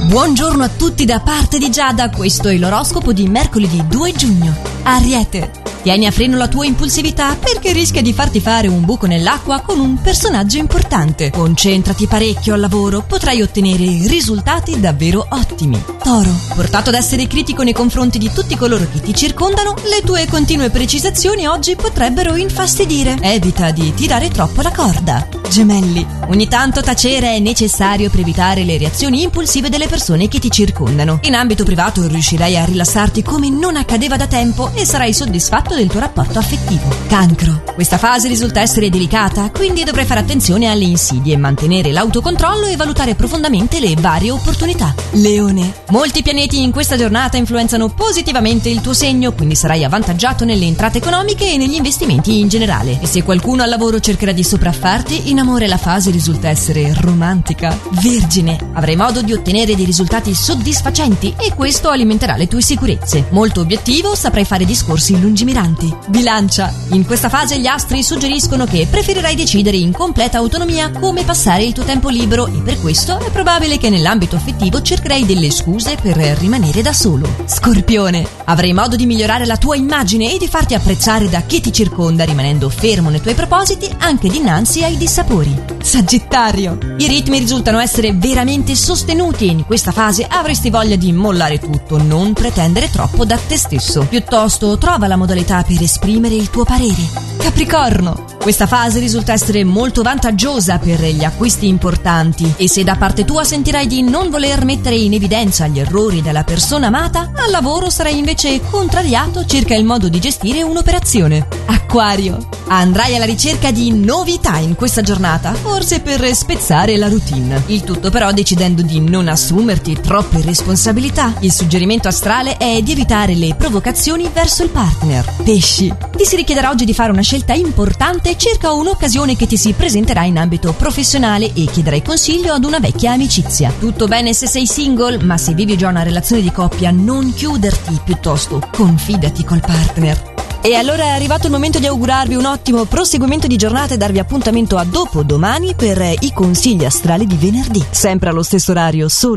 Buongiorno a tutti da parte di Giada, questo è l'oroscopo di mercoledì 2 giugno. Ariete, tieni a freno la tua impulsività perché rischia di farti fare un buco nell'acqua con un personaggio importante. Concentrati parecchio al lavoro, potrai ottenere risultati davvero ottimi. Toro, portato ad essere critico nei confronti di tutti coloro che ti circondano, le tue continue precisazioni oggi potrebbero infastidire. Evita di tirare troppo la corda. Gemelli, ogni tanto tacere è necessario per evitare le reazioni impulsive delle persone che ti circondano. In ambito privato riuscirai a rilassarti come non accadeva da tempo e sarai soddisfatto del tuo rapporto affettivo. Cancro, questa fase risulta essere delicata, quindi dovrai fare attenzione alle insidie, mantenere l'autocontrollo e valutare profondamente le varie opportunità. Leone, molti pianeti in questa giornata influenzano positivamente il tuo segno, quindi sarai avvantaggiato nelle entrate economiche e negli investimenti in generale. E se qualcuno al lavoro cercherà di sopraffarti, in amore la fase risulta essere romantica. Vergine, avrai modo di ottenere dei risultati soddisfacenti e questo alimenterà le tue sicurezze. Molto obiettivo, saprai fare discorsi lungimiranti. Bilancia, in questa fase gli astri suggeriscono che preferirai decidere in completa autonomia come passare il tuo tempo libero e per questo è probabile che nell'ambito affettivo cercherai delle scuse per rimanere da solo. Scorpione, avrai modo di migliorare la tua immagine e di farti apprezzare da chi ti circonda rimanendo fermo nei tuoi propositi anche dinanzi ai dissapori. Sagittario, i ritmi risultano essere veramente sostenuti e in questa fase avresti voglia di mollare tutto, non pretendere troppo da te stesso. Piuttosto trova la modalità per esprimere il tuo parere. Capricorno, questa fase risulta essere molto vantaggiosa per gli acquisti importanti e se da parte tua sentirai di non voler mettere in evidenza gli errori della persona amata, al lavoro sarai invece contrariato circa il modo di gestire un'operazione. Acquario, andrai alla ricerca di novità in questa giornata, forse per spezzare la routine. Il tutto però decidendo di non assumerti troppe responsabilità. Il suggerimento astrale è di evitare le provocazioni verso il partner. Pesci, ti si richiederà oggi di fare una scelta importante circa un'occasione che ti si presenterà in ambito professionale e chiederai consiglio ad una vecchia amicizia. Tutto bene se sei single, ma se vivi già una relazione di coppia non chiuderti, piuttosto confidati col partner. E allora è arrivato il momento di augurarvi un ottimo proseguimento di giornata e darvi appuntamento a dopodomani per i consigli astrali di venerdì, sempre allo stesso orario, solo